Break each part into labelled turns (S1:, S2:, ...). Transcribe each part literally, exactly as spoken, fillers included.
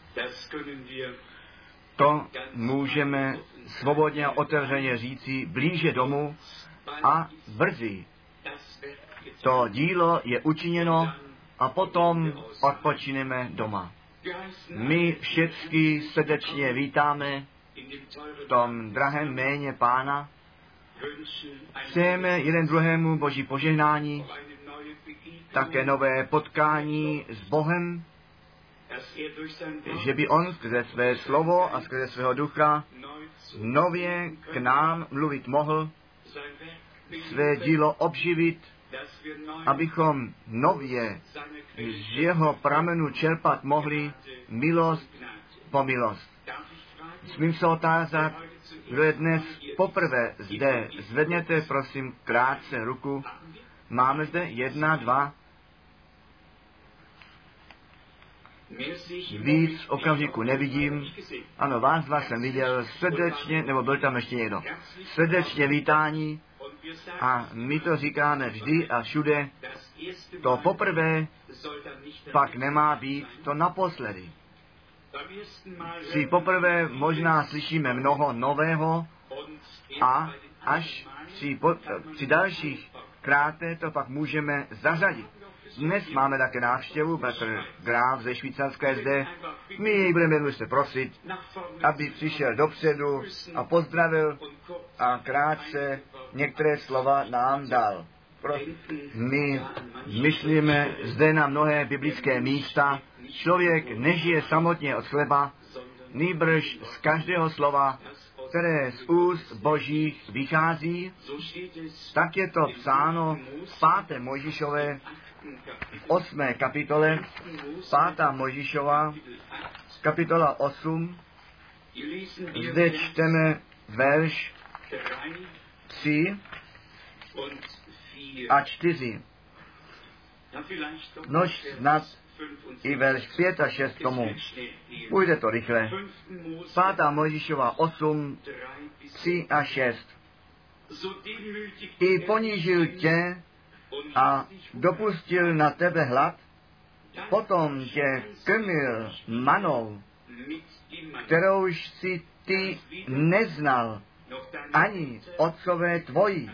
S1: To můžeme svobodně a otevřeně říci blíže domů a brzy. To dílo je učiněno a potom odpočineme doma. My všichni srdečně vítáme v tom drahém jméně Pána. Přejeme jeden druhému Boží požehnání, také nové potkání s Bohem, že by on skrze své slovo a skrze svého ducha nově k nám mluvit mohl, své dílo obživit, abychom nově z jeho pramenu čerpat mohli milost po milost. Smím se otázat, kdo je dnes poprvé zde. Zvedněte prosím krátce ruku. Máme zde jedna, dva. Víc okamžiku nevidím. Ano, vás dva jsem viděl srdečně, nebo byl tam ještě někdo. Srdečně vítání. A my to říkáme vždy a všude. To poprvé pak nemá být to naposledy. Si poprvé možná slyšíme mnoho nového a až při, po, při dalších kráté to pak můžeme zařadit. Dnes máme také návštěvu, Petr Graf ze Švýcarska zde. My jej budeme jen se prosit, aby přišel dopředu a pozdravil a krátce některé slova nám dal. My myslíme zde na mnohé biblické místa. Člověk nežije samotně od chleba, nýbrž z každého slova, které z úst Božích vychází. Tak je to psáno v páté Mojžišové, v osmé kapitole, pátá Mojžišova, kapitola osm. Zde čteme verš tři a čtyři. Nož snad i verš pět a šest tomu. Půjde to rychle. Pátá Mojžišova osm, tři a šest. I ponížil tě a dopustil na tebe hlad, potom tě krmil manou, kterouž si ty neznal, ani otcové tvoji,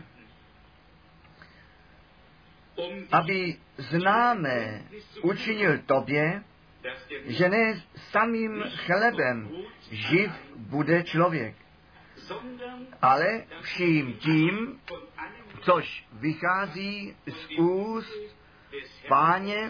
S1: aby známé učinil tobě, že ne samým chlebem živ bude člověk, ale vším tím, což vychází z úst Páně,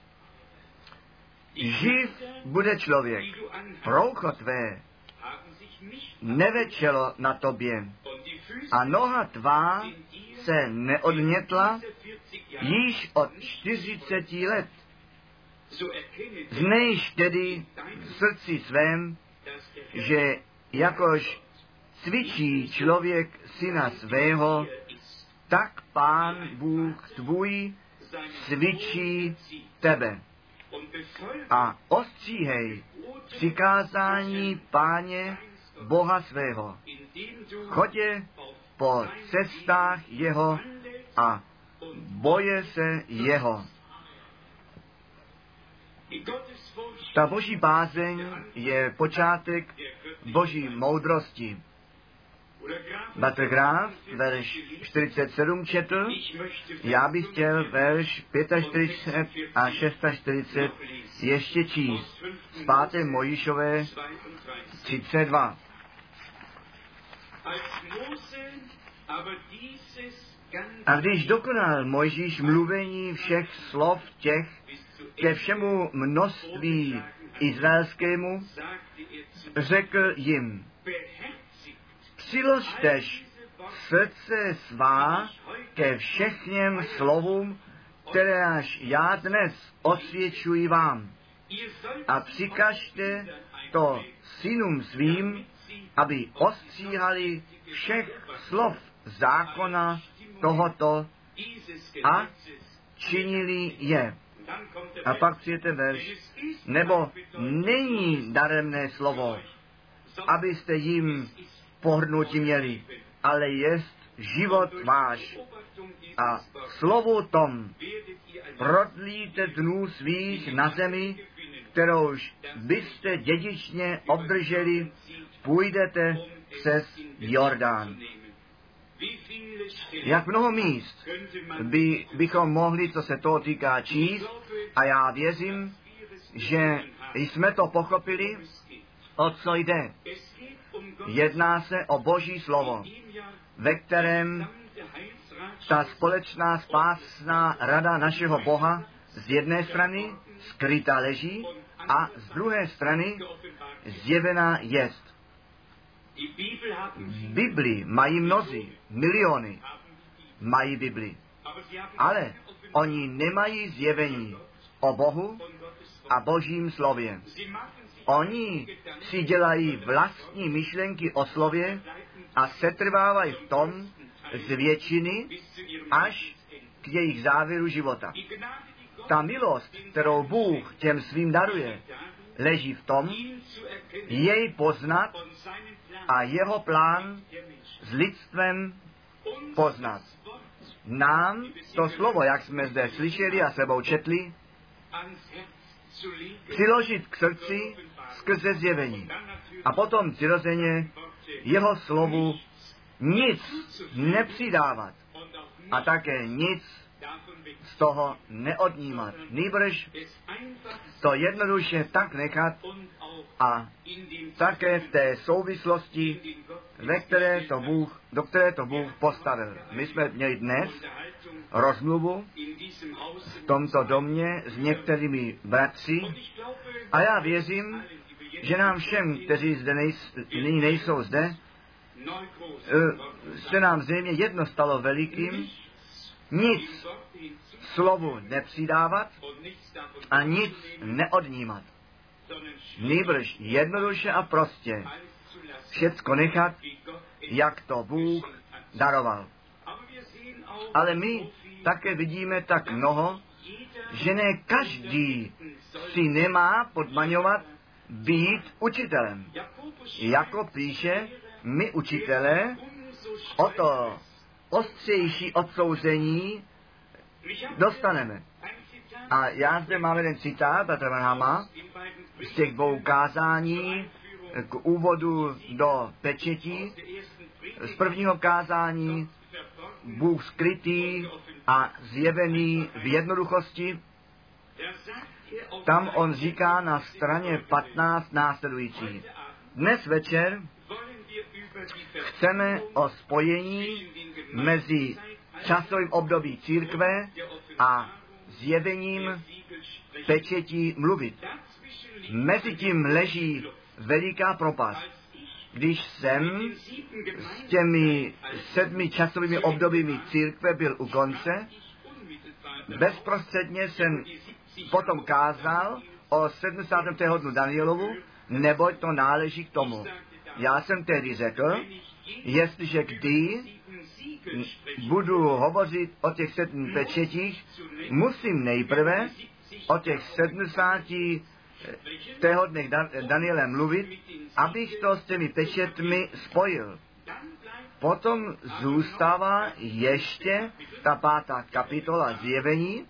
S1: živ bude člověk. Roucho tvé nevečelo na tobě a noha tvá se neodnětla již od čtyřiceti let. Znejš tedy v srdci svém, že jakož cvičí člověk syna svého, tak Pán Bůh tvůj cvičí tebe. A ostříhej přikázání Páně Boha svého. Chodě po cestách jeho a boje se jeho. Ta Boží bázeň je počátek Boží moudrosti. Petr Graf, verš čtyřicet sedm četl, já bych chtěl verš čtyřicet pět a čtyřicet šest ještě číst. Z páté Mojžišové třicet dva. A když dokonal Mojžíš mluvení všech slov těch ke všemu množství izraelskému, řekl jim, přiložtež srdce svá ke všechněm slovům, které až já dnes osvědčuji vám. A přikažte to synům svým, aby ostříhali všech slov zákona tohoto a činili je. A pak přijete verš, nebo není daremné slovo, abyste jim pohrnutí měli, ale jest život váš. A slovu tom prodlíte dnů svých na zemi kterouž byste dědičně obdrželi, půjdete přes Jordán. Jak mnoho míst by, bychom mohli, co se toho týká, číst, a já věřím, že jsme to pochopili, o co jde. Jedná se o Boží slovo, ve kterém ta společná spásná rada našeho Boha z jedné strany skrytá leží a z druhé strany zjevená jest. Bibli mají mnozí, miliony mají Bibli, ale oni nemají zjevení o Bohu a Božím slově. Oni si dělají vlastní myšlenky o slově a setrvávají v tom z většiny až k jejich závěru života. Ta milost, kterou Bůh těm svým daruje, leží v tom, jej poznat a jeho plán s lidstvem poznat. Nám to slovo, jak jsme zde slyšeli a sebou četli, přiložit k srdci skrze zjevení. A potom přirozeně jeho slovu nic nepřidávat a také nic z toho neodnímat. Nýbrž to jednoduše tak nechat a také v té souvislosti, ve které to Bůh, do které to Bůh postavil. My jsme měli dnes rozmluvu v tomto domě s některými bratři a já věřím, že nám všem, kteří zde nejs, nyní nejsou zde, se nám zřejmě jedno stalo velikým, nic slovu nepřidávat a nic neodnímat. Nýbrž jednoduše a prostě všecko nechat, jak to Bůh daroval. Ale my také vidíme tak mnoho, že ne každý si nemá podmaňovat být učitelem. Jako píše, my učitelé o to ostřejší odsouzení dostaneme. A já zde mám jeden citát Bratra Branhama z těch dvou kázání k úvodu do pečetí. Z prvního kázání Bůh skrytý a zjevený v jednoduchosti. Tam on říká na straně patnáct následující. Dnes večer chceme o spojení mezi časovým období církve a zjevením pečetí mluvit. Mezi tím leží veliká propast. Když jsem s těmi sedmi časovými obdobími církve byl u konce, bezprostředně jsem potom kázal o sedmdesátém týdnu Danielovu, neboť to náleží k tomu. Já jsem tedy řekl, jestliže kdy budu hovořit o těch sedmi pečetích, musím nejprve o těch sedmdesáti týdnech Daniele mluvit, abych to s těmi pečetmi spojil. Potom zůstává ještě ta pátá kapitola zjevení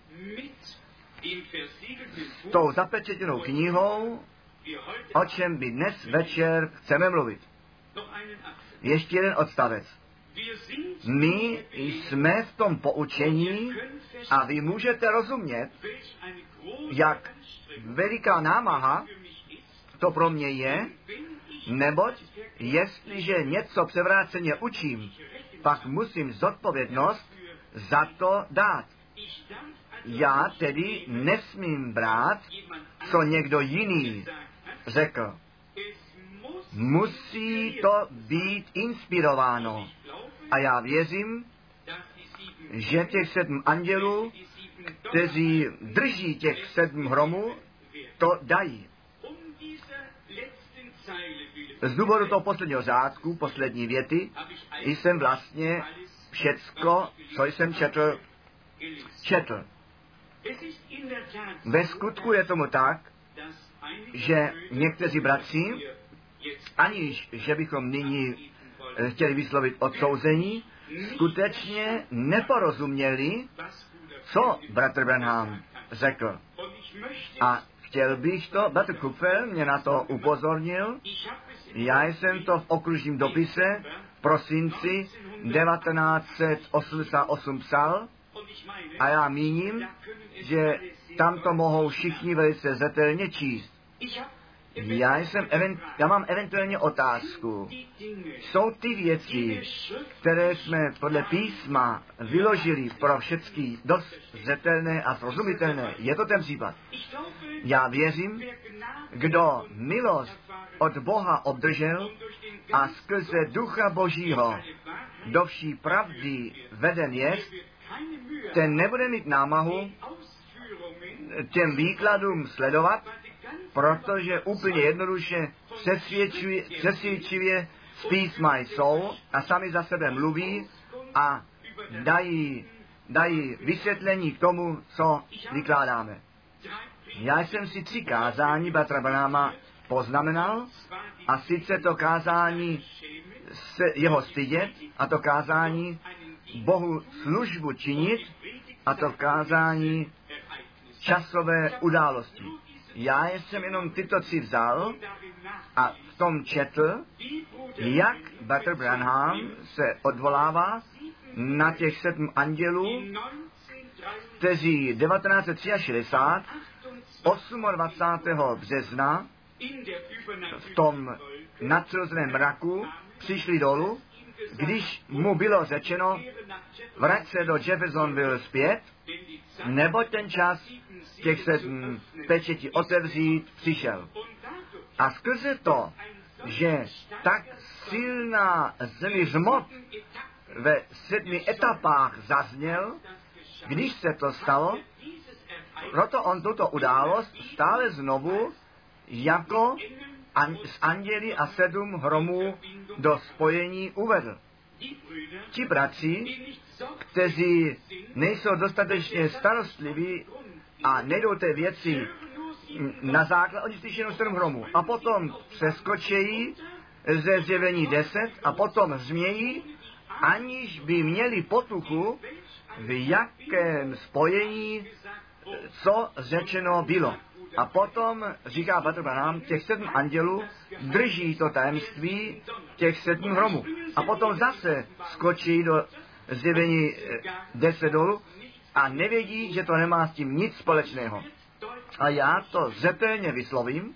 S1: s tou zapečetěnou knihou, o čem by dnes večer chceme mluvit. Ještě jeden odstavec. My jsme v tom poučení a vy můžete rozumět, jak veliká námaha to pro mě je, neboť jestliže něco převráceně učím, pak musím zodpovědnost za to dát. Já tedy nesmím brát, co někdo jiný řekl. Musí to být inspirováno. A já věřím, že těch sedm andělů, kteří drží těch sedm hromů, to dají. Z důvodu toho posledního řádku, poslední věty, jsem vlastně všecko, co jsem četl, četl. Ve skutku je tomu tak, že někteří bratři, aniž že bychom nyní chtěli vyslovit odsouzení, skutečně neporozuměli, co bratr Branham řekl. A chtěl bych to, Bratr Kupfer mě na to upozornil, já jsem to v okružním dopise v prosinci devatenáct set osmdesát osm psal a já míním, že tam to mohou všichni velice zetelně číst. Já, jsem, já mám eventuálně otázku. Jsou ty věci, které jsme podle písma vyložili pro všechny dost zetelné a srozumitelné? Je to ten případ? Já věřím, kdo milost od Boha obdržel a skrze Ducha Božího do vší pravdy veden jest, ten nebude mít námahu těm výkladům sledovat, protože úplně jednoduše přesvědčivě z písma jsou a sami za sebe mluví a dají, dají vysvětlení k tomu, co vykládáme. Já jsem si tři kázání Bratra Branhama poznamenal, a sice to kázání se jeho stydět, a to kázání Bohu službu činit, a to kázání časové události. Já jsem jenom tyto tři vzal a v tom četl, jak Bratr Branham se odvolává na těch sedm andělů, kteří devatenáct set šedesát tři, dvacátého osmého března v tom nadpřirozeném mraku přišli dolů, když mu bylo řečeno, vrať se do Jeffersonville zpět, nebo ten čas těch sedm pečetí otevřít přišel. A skrze to, že tak silná zmot ve sedmi etapách zazněl, když se to stalo, proto on tuto událost stále znovu jako an, s anděli a sedm hromů do spojení uvedl. Ti bratři, kteří nejsou dostatečně starostliví a nejdou té věci na základ, oni slyší jenom sedm hromů a potom přeskočejí ze zjevení deset a potom změjí, aniž by měli potuchu, v jakém spojení co řečeno bylo. A potom, říká Bratr Branham, těch sedm andělů drží to tajemství těch sedm hromů. A potom zase skočí do zjevení deset dolů a nevědí, že to nemá s tím nic společného. A já to zřetelně vyslovím.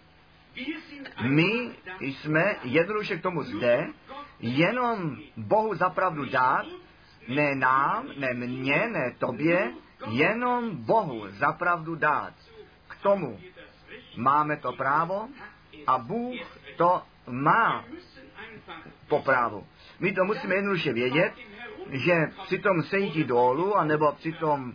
S1: My jsme jednoduše k tomu zde, jenom Bohu zapravdu dát, ne nám, ne mně, ne tobě, jenom Bohu zapravdu dát. K tomu máme to právo a Bůh to má po právu. My to musíme jednoduše vědět, že při tom sejítí dolů, anebo při tom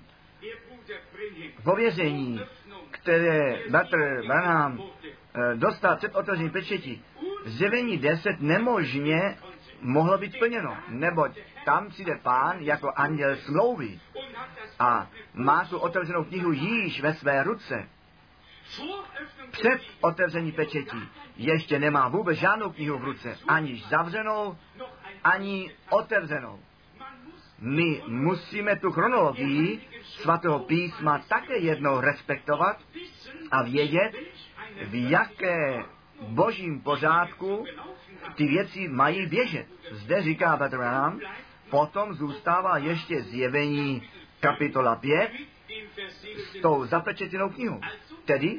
S1: pověření, které Bratr Branham dostal před otevřením pečetí, zjevení deset nemožně mohlo být splněno, neboť tam přijde Pán jako anděl smlouvy a má tu otevřenou knihu již ve své ruce. Před otevření pečetí ještě nemá vůbec žádnou knihu v ruce, ani zavřenou, ani otevřenou. My musíme tu chronologii svatého písma také jednou respektovat a vědět, v jaké božím pořádku ty věci mají běžet. Zde říká Bratr Branham, potom zůstává ještě zjevení kapitola pět s tou zapečetěnou knihou. Tedy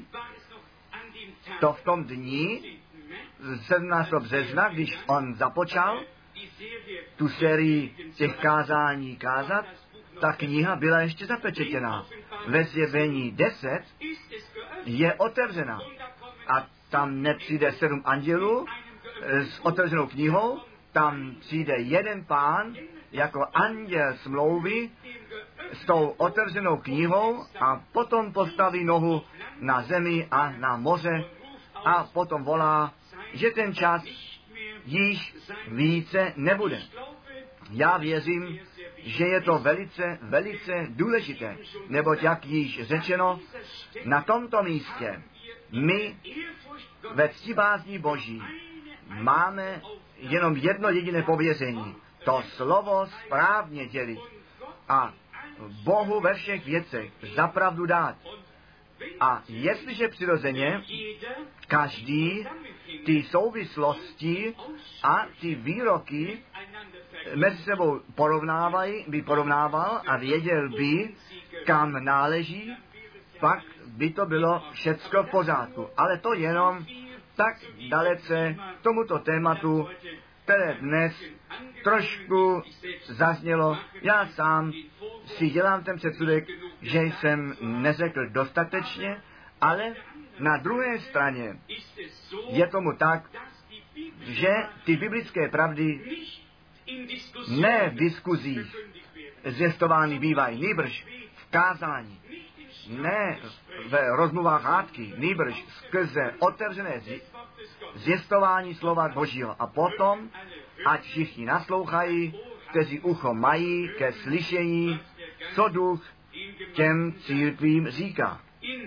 S1: to v tom dni sedmnáctého března, když on započal tu sérii těch kázání kázat, ta kniha byla ještě zapečetěná. Ve zjevení deset je otevřena. A tam nepřijde sedm andělů s otevřenou knihou, tam přijde jeden Pán jako anděl smlouvy s tou otevřenou knihou a potom postaví nohu na zemi a na moře a potom volá, že ten čas již více nebude. Já věřím, že je to velice, velice důležité, neboť jak již řečeno, na tomto místě my ve ctibázní Boží máme jenom jedno jediné pověření, to slovo správně dělit a Bohu ve všech věcech zapravdu dát. A jestliže přirozeně každý ty souvislosti a ty výroky mezi sebou porovnávají, by porovnával a věděl by, kam náleží, pak by to bylo všecko v pořádku. Ale to jenom tak dalece tomuto tématu, které dnes trošku zaznělo. Já sám si dělám ten předsudek, že jsem neřekl dostatečně, ale na druhé straně je tomu tak, že ty biblické pravdy ne v diskuzích zjistovány bývají, nýbrž v kázání, ne v rozmluvách hádky, nýbrž skrze otevřené zjistování slova Božího. A potom, ať všichni naslouchají, kteří ucho mají ke slyšení, co duch těm církvím říká.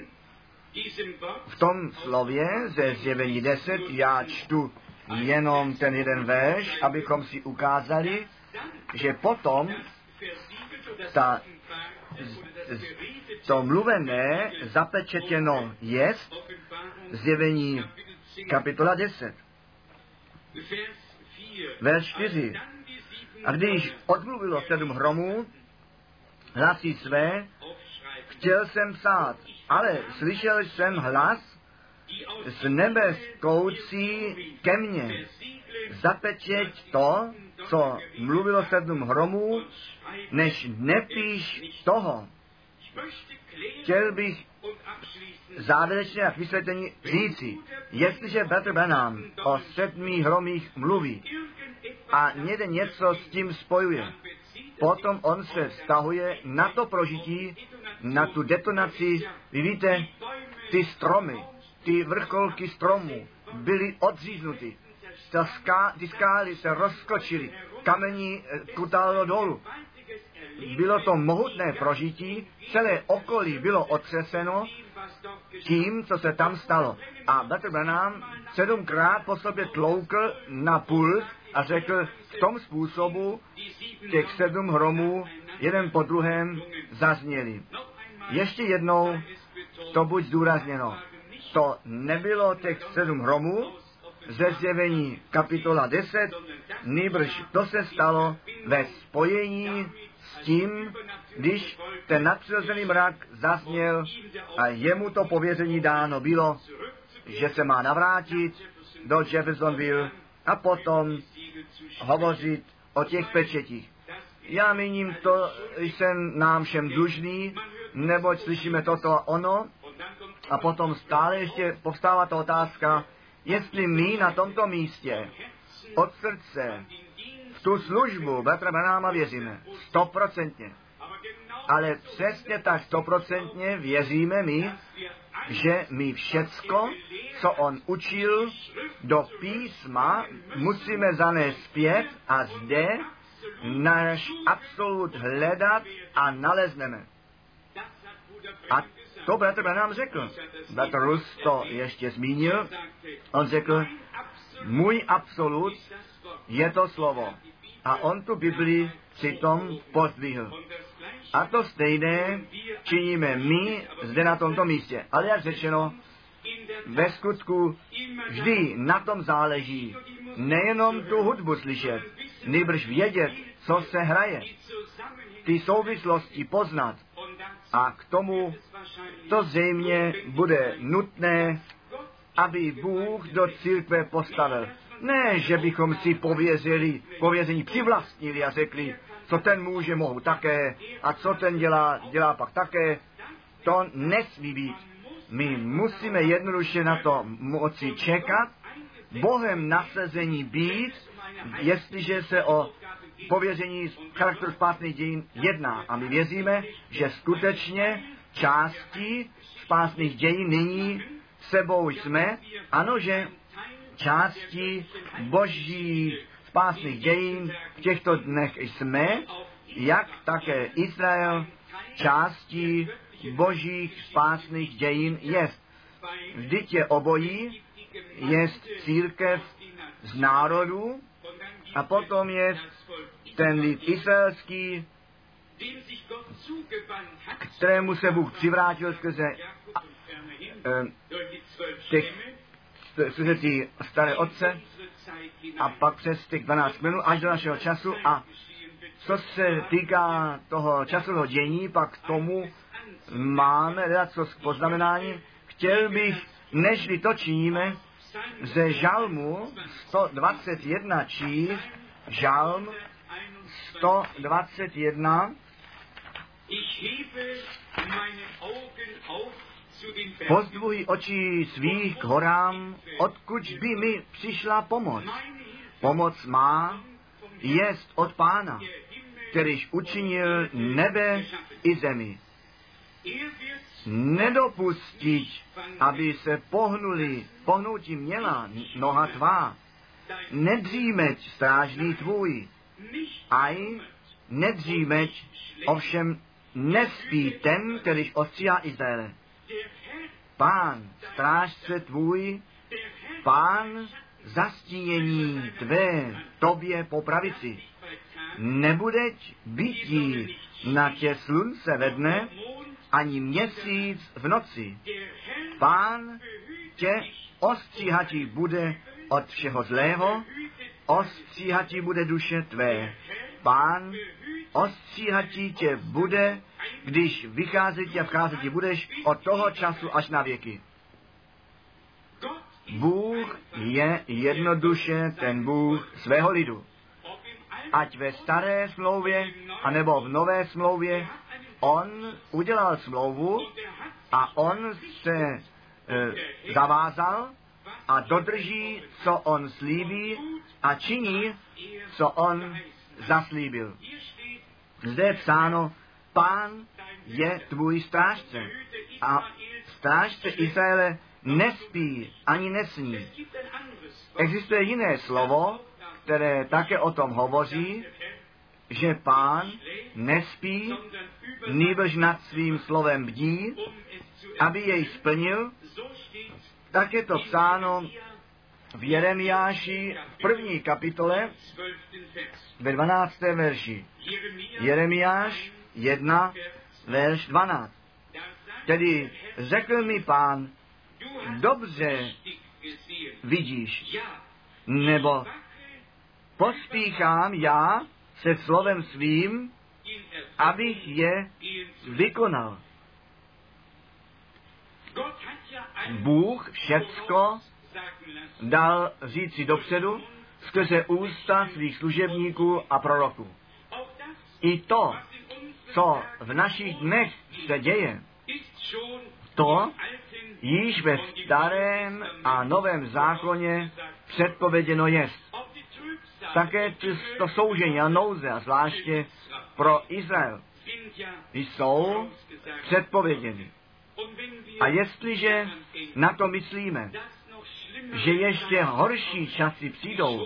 S1: V tom slově ze Zjevení deset já čtu jenom ten jeden verš, abychom si ukázali, že potom ta, to mluvené zapečetěno jest, Zjevení kapitola deset. Verš čtyři. A když odmluvilo sedm hromů hlasy své, chtěl jsem psát, ale slyšel jsem hlas z nebe zkoucí ke mně. Zapečeť to, co mluvilo sedm hromů, než nepíš toho. Chtěl bych závěrečně a k vysvětlení říci, jestliže Bratr Branham o sedmi hromích mluví a někde něco s tím spojuje, potom on se vztahuje na to prožití, na tu detonaci. Vy víte, ty stromy, ty vrcholky stromů byly odříznuty. Ta ská, ty skály se rozkočily, kamení kutálo dolů. Bylo to mohutné prožití, celé okolí bylo otřeseno tím, co se tam stalo. A Bratr Branham sedmkrát po sobě tloukl na pult a řekl, v tom způsobu těch sedm hromů jeden po druhém zazněli. Ještě jednou to buď zdůrazněno. To nebylo těch sedm hromů ze Zjevení kapitola deset, nýbrž to se stalo ve spojení s tím, když ten nadpřirozený mrak zazněl a jemu to pověření dáno bylo, že se má navrátit do Jeffersonville a potom hovořit o těch pečetích. Já míním, to jsem nám všem dlužný, neboť slyšíme toto a ono, a potom stále ještě povstává ta otázka, jestli my na tomto místě od srdce v tu službu Bratra Branhama věříme. Stoprocentně. Ale přesně tak stoprocentně věříme my, že my všecko, co on učil do písma, musíme zanést zpět a zde náš absolut hledat a nalezneme. A to bratr Branham řekl. Bratr Rus to ještě zmínil. On řekl, můj absolut je to slovo. A on tu Biblii přitom pozdvihl. A to stejné činíme my zde na tomto místě. Ale jak řečeno, ve skutku vždy na tom záleží nejenom tu hudbu slyšet, nýbrž vědět, co se hraje, ty souvislosti poznat. A k tomu to zřejmě bude nutné, aby Bůh do církve postavil. Ne, že bychom si pověřili, pověření přivlastnili a řekli, co ten může, mohu také, a co ten dělá, dělá pak také. To nesmí být. My musíme jednoduše na to moci čekat, Bohem nasazení být, jestliže se o pověření charakteru spásných dějin jedná. A my věříme, že skutečně části spásných dějin nyní sebou jsme, ano, že části boží spásných dějin v těchto dnech jsme, jak také Izrael částí božích spásných dějin jest. Vždyť je obojí, jest církev z národů a potom je ten lid izraelský, kterému se Bůh přivrátil skrze těch skrze ty staré otce a pak přes těch dvanáct kmenů až do našeho času. A co se týká toho časového dění, pak k tomu máme něco k poznamenání. Chtěl bych, nežli to činíme, ze žalmu sto dvacet jedna číst, žalm sto dvacet jedna, pozdvuj oči svých k horám, odkud by mi přišla pomoc. Pomoc má jest od Pána, kterýž učinil nebe i zemi. Nedopustit, aby se pohnuli, pohnutí měla noha tvá. Nedřímeť strážný tvůj, aj nedřímeť, ovšem nespí ten, kterýž ostříhá Izraele. Pán, strážce tvůj, Pán, zastínění tvé tobě po pravici. Nebudeť bytí na tě slunce ve dne, ani měsíc v noci. Pán tě ostříhatí bude od všeho zlého, ostříhatí bude duše tvé. Pán ostříhatí tě bude, když vycházet a vcházet budeš od toho času až na věky. Bůh je jednoduše ten Bůh svého lidu. Ať ve staré smlouvě, anebo v nové smlouvě, on udělal smlouvu a on se e, zavázal a dodrží, co on slíbí a činí, co on zaslíbil. Zde je psáno, Pán je tvůj strážce a strážce Izraele nespí ani nesní. Existuje jiné slovo, které také o tom hovoří, že Pán nespí, nýbrž nad svým slovem bdí, aby jej splnil. Tak je to psáno v Jeremiáši v první kapitole ve dvanáctém verši. Jeremiáš jedna, verš dvanáct. Tedy řekl mi Pán, dobře vidíš, nebo pospíchám já se slovem svým, abych je vykonal. Bůh všecko dal říci dopředu skrze ústa svých služebníků a proroků. I to, co v našich dnech se děje, to již ve starém a novém zákoně předpověděno jest. Také to soužení a nouze, a zvláště pro Izrael, jsou předpověděny. A jestliže na to myslíme, že ještě horší časy přijdou,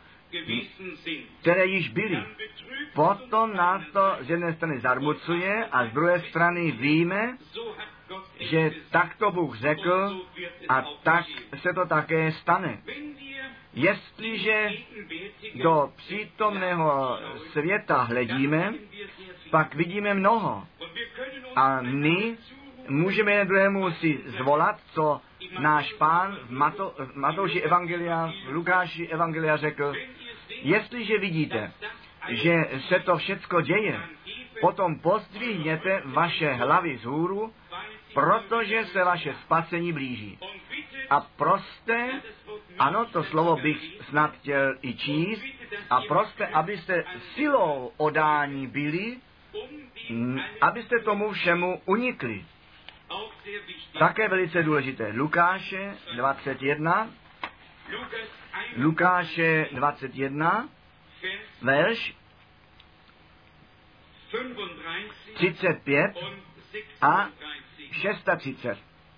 S1: které již byly, potom nás to z jedné strany zarmucuje a z druhé strany víme, že tak to Bůh řekl a tak se to také stane. Jestliže do přítomného světa hledíme, pak vidíme mnoho. A my můžeme jeden druhému si zvolat, co náš Pán v, Mato, v Matouši evangelia, v Lukáši evangelia řekl. Jestliže vidíte, že se to všecko děje, potom pozdvihněte vaše hlavy vzhůru, protože se vaše spasení blíží. A proste, ano, to slovo bych snad chtěl i číst, a proste, abyste silou odání byli, abyste tomu všemu unikli. Také velice důležité. Lukáše dvacet jedna, Lukáše dvacet jedna, verš třicet pět a třicet šest.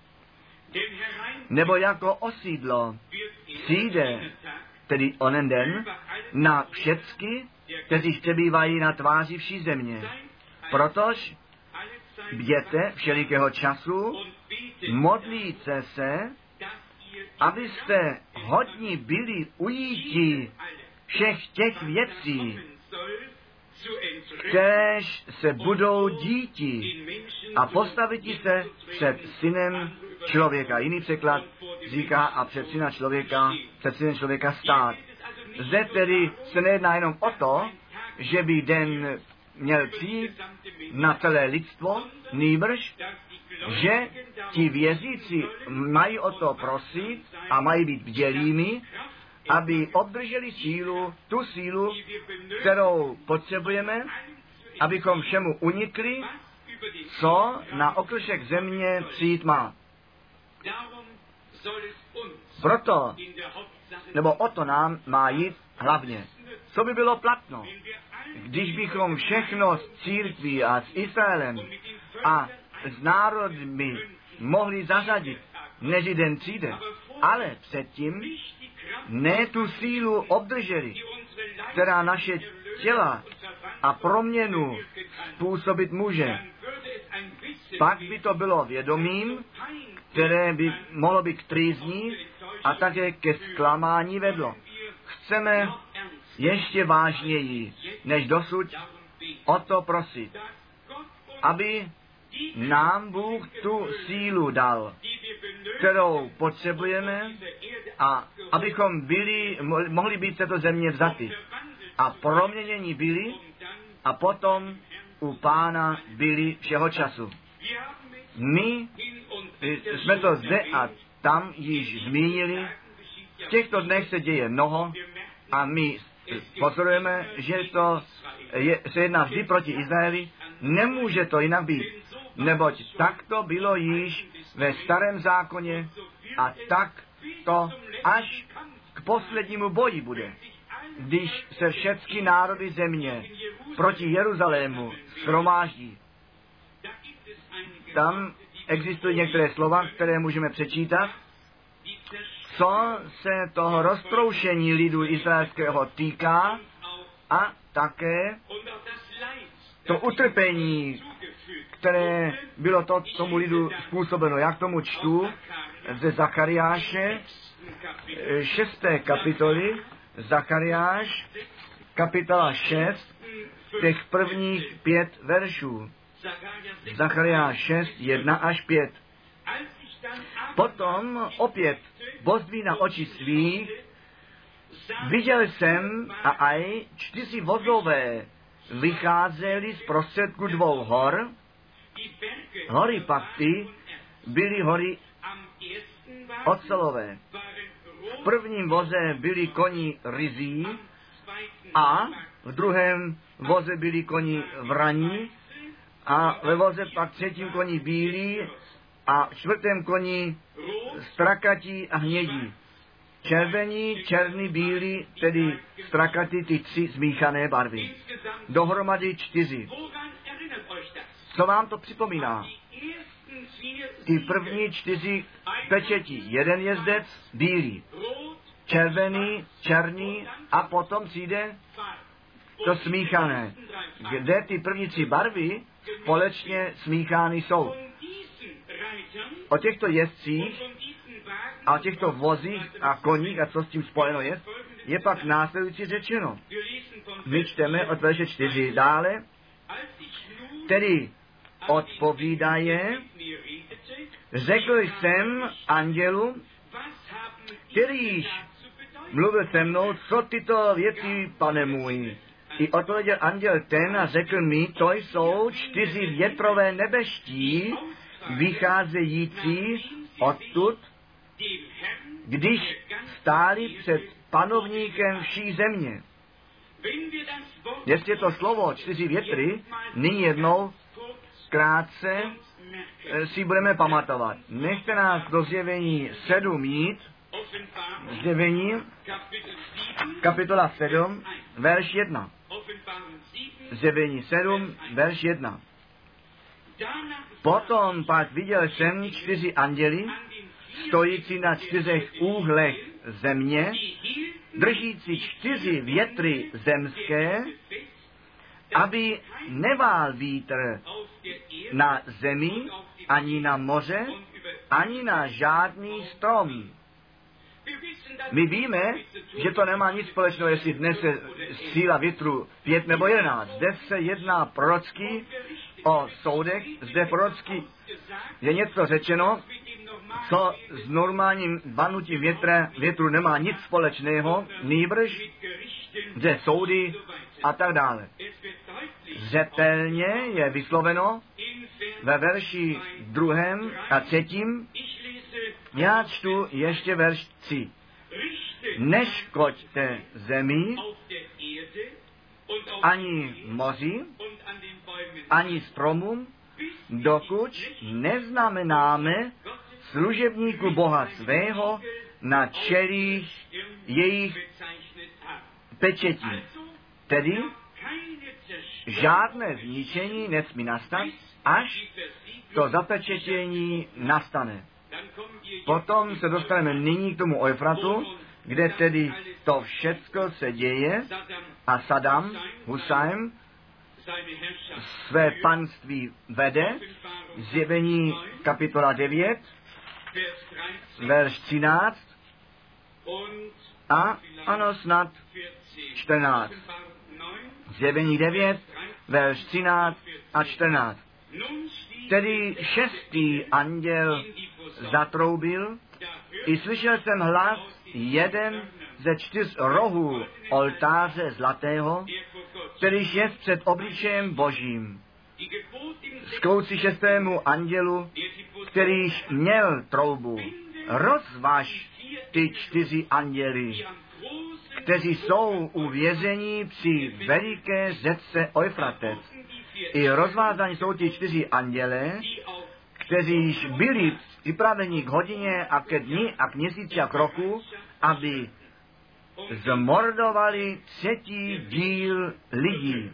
S1: Nebo jako osídlo přijde, tedy onen den, na všecky, kteří přebývají na tváři vší země. Protož bděte všelikého času, modlíte se, abyste hodní byli ujítí všech těch věcí, kteréž se budou díti a postaviti se před synem člověka. Jiný překlad říká a před syna člověka, před synem člověka stát. Zde tedy se nejedná jenom o to, že by den měl přijít na celé lidstvo, nýbrž, že ti věřící mají o to prosit a mají být bdělými, aby obdrželi sílu, tu sílu, kterou potřebujeme, abychom všemu unikli, co na okršek země přijít má. Proto, nebo o to nám má jít hlavně. Co by bylo platno, když bychom všechno s církví a s Izraelem a s národmi mohli zařadit, než den přijde, ale předtím ne tu sílu obdrželi, která naše těla a proměnu způsobit může. Pak by to bylo vědomím, které by mohlo být k trýzni a také ke zklamání vedlo. Chceme ještě vážněji, než dosud, o to prosit, aby nám Bůh tu sílu dal, kterou potřebujeme, a abychom byli, mohli být z této země vzaty a proměnění byli a potom u Pána byli všeho času. My jsme to zde a tam již zmínili, v těchto dnech se děje mnoho a my pozorujeme, že to je, se jedná vždy proti Izraeli. Nemůže to jinak být, neboť tak to bylo již ve starém zákoně a tak to až k poslednímu boji bude, když se všechny národy země proti Jeruzalému shromáždí. Tam existují některé slova, které můžeme přečítat, co se toho roztroušení lidu izraelského týká a také to utrpení, které bylo to, tomu lidu způsobeno. Jak tomu čtu ze Zachariáše šesté kapitoly, Zachariáš kapitola šest, těch prvních pět veršů. Zachariáš šest, jedna až pět. Potom opět pozdví na oči svých, viděl jsem a aj čtyři vozové vycházeli z prostředku dvou hor. Hory pak ty byly hory ocelové. V prvním voze byli koni ryzí a v druhém voze byli koni vraní a ve voze pak třetím koni bílí a v čtvrtém koni strakatí a hnědí. Červení, černý, bílý, tedy strakatí, ty tři smíchané barvy. Dohromady čtyři. Co vám to připomíná? Ty první čtyři pečeti. Jeden jezdec, bílý, červený, černý a potom přijde to smíchané, kde ty první tři barvy společně smíchány jsou. O těchto jezdcích a o těchto vozích a koních a co s tím spojeno je, je pak následující řečeno. My čteme od verše čtyři dále, tedy odpovídaje, řekl jsem andělu, kterýž mluvil se mnou, co tyto věci, pane můj. I odpověděl anděl ten a řekl mi, to jsou čtyři větrové nebeští, vycházející odtud, když stáli před panovníkem vší země. Jestli to slovo čtyři větry, nyní jednou krátce si budeme pamatovat. Nechte nás do zjevení sedm jít, zjevení kapitola sedm, verš jedna. Zjevení sedm, verš jedna. Potom pak viděl jsem čtyři anděly, stojící na čtyřech úhlech země, držící čtyři větry zemské, aby nevál vítr na zemi, ani na moře, ani na žádný strom. My víme, že to nemá nic společného, jestli dnes je síla větru pět nebo jedenáct. Zde se jedná prorocky o soudech, zde prorocky je něco řečeno, co s normálním vanutím větra, větru nemá nic společného, nýbrž zde soudy a tak dále. Zřetelně je vysloveno ve verši druhém a třetím, já čtu ještě verš tři. Neškoďte zemi, ani moři, ani stromům, dokud neznamenáme služebníku Boha svého na čelích jejich pečetí. Tedy žádné zničení nesmí nastat, až to zapečetění nastane. Potom se dostaneme nyní k tomu Eufratu, kde tedy to všecko se děje a Saddam Husajn své panství vede. Zjevení kapitola devět, verš třináct a ano snad čtrnáct. Zjevení devět, verš třináct a čtrnáct. Tedy šestý anděl zatroubil, i slyšel jsem hlas jeden ze čtyř rohů oltáře zlatého, kterýž je před obličejem Božím. Zkouci šestému andělu, kterýž měl troubu, rozvaž ty čtyři anděly, kteří jsou u vězení při veliké řece Eufratec. I rozvázaní jsou ti čtyři andělé, kteří byli připraveni k hodině a ke dni a k měsíci a k roku, aby zmordovali třetí díl lidí.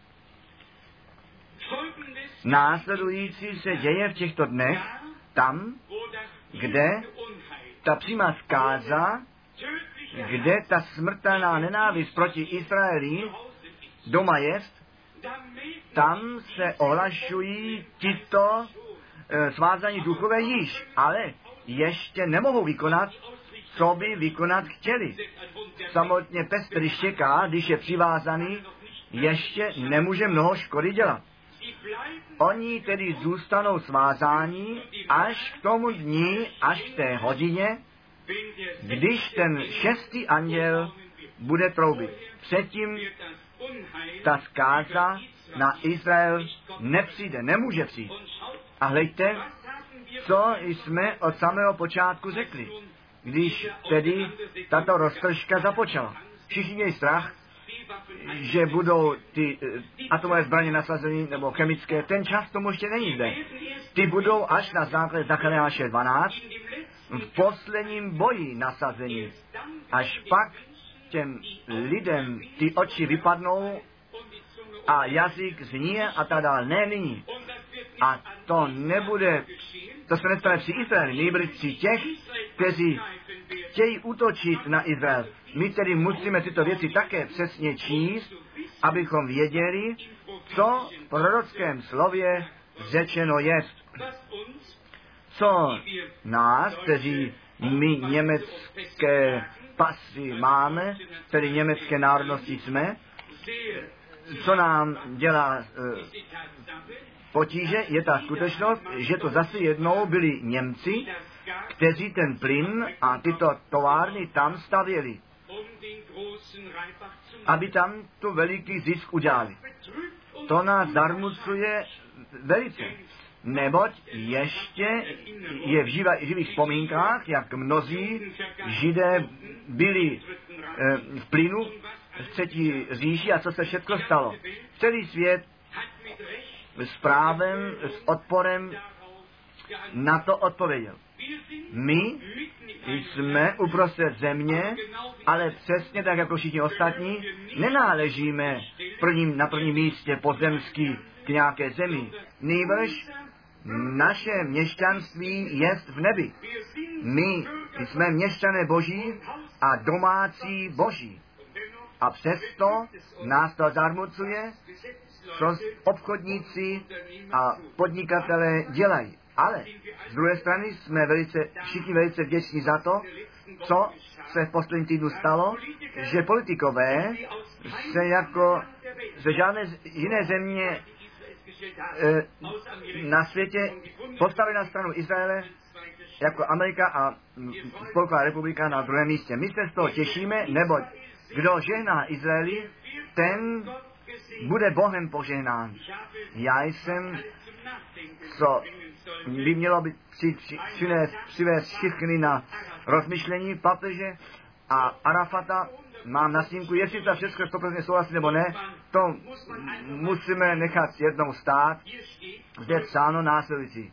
S1: Následující se děje v těchto dnech tam, kde ta přímá zkáza, kde ta smrtelná nenávist proti Izraeli doma jest, tam se ohlašují tito e, svázaní duchové již, ale ještě nemohou vykonat, co by vykonat chtěli. Samotně pes, který štěká, když je přivázaný, ještě nemůže mnoho škody dělat. Oni tedy zůstanou svázáni až k tomu dni, až k té hodině, když ten šestý anděl bude troubit. Předtím ta zkáza na Izrael nepřijde, nemůže přijít. A hleďte, co jsme od samého počátku řekli, když tedy tato roztržka započala. Všichni měli strach, že budou ty uh, atomové zbraně nasazeny nebo chemické. Ten čas tomu ještě není zde. Ty budou až na základě Zachariáše dvanáct v posledním boji nasazení. Až pak těm lidem ty oči vypadnou a jazyk zníje a tak dále. Ne nyní. A to nebude, to se nestane při Izraeli, nejbrž při těch, kteří chtějí útočit na Izrael. My tedy musíme tyto věci také přesně číst, abychom věděli, co v prorockém slově řečeno jest. Co nás, kteří my německé pasy máme, tedy německé národnosti jsme, co nám dělá e, potíže, je ta skutečnost, že to zase jednou byli Němci, kteří ten plyn a tyto továrny tam stavěli, aby tam tu veliký zisk udělali. To nás zarmucuje velice, neboť ještě je v živa, živých vzpomínkách, jak mnozí Židé byli e, v plynu v třetí říši a co se všechno stalo. Celý svět s právem, s odporem na to odpověděl. My jsme uprostřed země, ale přesně tak jako všichni ostatní, nenáležíme prvním, na prvním místě pozemský k nějaké zemi. Nýbrž naše měšťanství jest v nebi. My jsme měšťané Boží a domácí Boží. A přesto nás to zarmucuje, co obchodníci a podnikatelé dělají. Ale z druhé strany jsme velice, všichni velice vděční za to, co se v posledním týdnu stalo, že politikové se jako ze žádné jiné země e, na světě postavili na stranu Izraele, jako Amerika a Spolková republika na druhém místě. My se z toho těšíme, neboť kdo žehná Izraeli, ten bude Bohem požehnán. Já jsem, co by mělo být přinést, přivést všechny na rozmyšlení papeže a Arafata, mám na snímku, jestli ta všechno sto procent souhlasí nebo ne, to musíme nechat jednou stát. Zde psáno následující.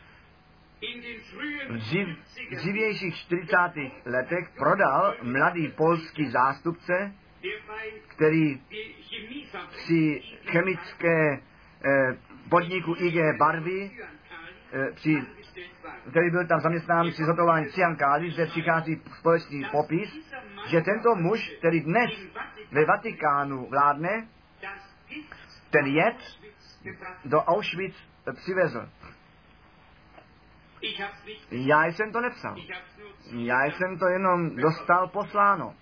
S1: V dřív, dřívějších čtyřicátých letech prodal mladý polský zástupce, který při chemické eh, podniku I G Barvy, eh, při, který byl tam zaměstnán při zhotování cyankády, zde přichází společný popis, že tento muž, který dnes ve Vatikánu vládne, ten jed do Auschwitz přivezl. Já jsem to nepsal. Já jsem to jenom dostal posláno.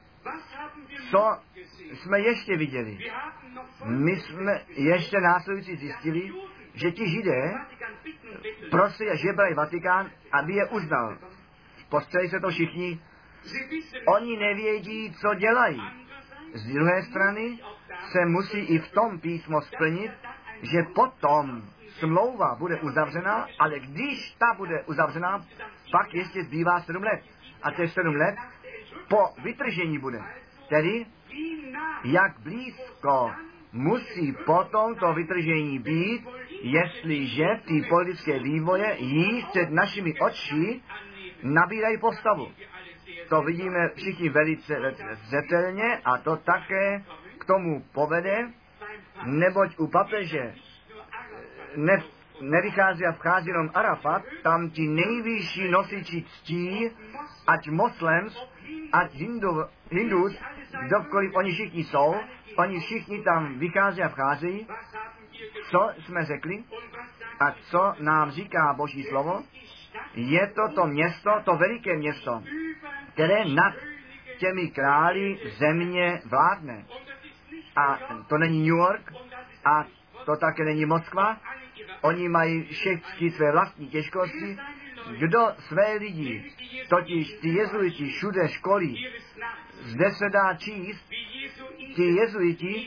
S1: Co jsme ještě viděli? My jsme ještě následující zjistili, že ti Židé prosili a žebrali Vatikán, aby je uznal. Postřeli se to všichni. Oni nevědí, co dělají. Z druhé strany se musí i v tom písmo splnit, že potom smlouva bude uzavřena, ale když ta bude uzavřena, pak ještě zbývá sedm let. A těch sedm let po vytržení bude. Tedy, jak blízko musí potom to vytržení být, jestliže ty politické vývoje jí před našimi oči nabírají postavu. To vidíme všichni velice, velice zřetelně a to také k tomu povede, neboť u papeže ne, nevychází a vchází jenom Arafat, tam ti nejvyšší nosiči ctí, ať moslems, ať hindu, hindus, kdokoliv oni všichni jsou, oni všichni tam vychází a vchází. Co jsme řekli a co nám říká Boží slovo? Je to to město, to veliké město, které nad těmi králi země vládne. A to není New York a to také není Moskva. Oni mají všechny své vlastní těžkosti. Kdo své lidi, totiž ty jezuiti všude školí, zde se dá číst, ti jezuiti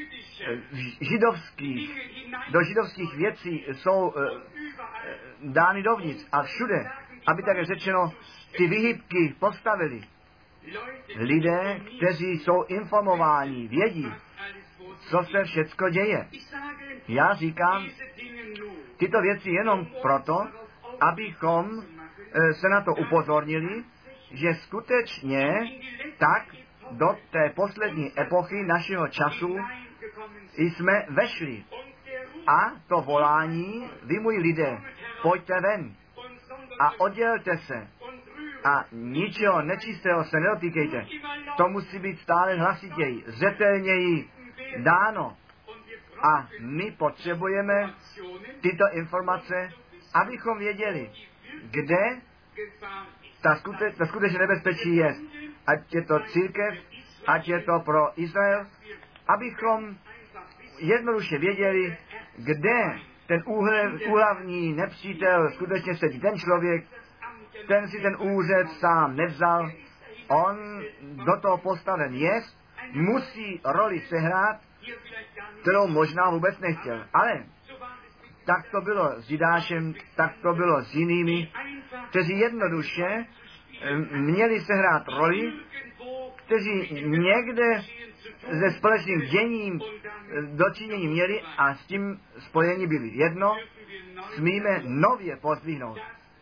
S1: židovských, do židovských věcí jsou e, dány dovnitř a všude, aby také řečeno, ty vyhybky postavili. Lidé, kteří jsou informováni, vědí, co se všecko děje. Já říkám tyto věci jenom proto, abychom se na to upozornili, že skutečně tak do té poslední epochy našeho času jsme vešli. A to volání, vy můj lidé, pojďte ven a oddělte se a ničeho nečistého se nedotýkejte. To musí být stále hlasitěji, zřetelněji dáno. A my potřebujeme tyto informace, abychom věděli, kde ta, skute, ta skutečné nebezpečí je. Ať je to církev, ať je to pro Izrael, abychom jednoduše věděli, kde ten úhlavní nepřítel skutečně sedí. Ten člověk, ten si ten úřad sám nevzal, on do toho postaven je, musí roli sehrát, kterou možná vůbec nechtěl. Ale tak to bylo s Jidášem, tak to bylo s jinými, kteří jednoduše měli sehrát roli, kteří někde se společným děním dočinění měli a s tím spojení byli. Jedno smíme nově pozdvihnout.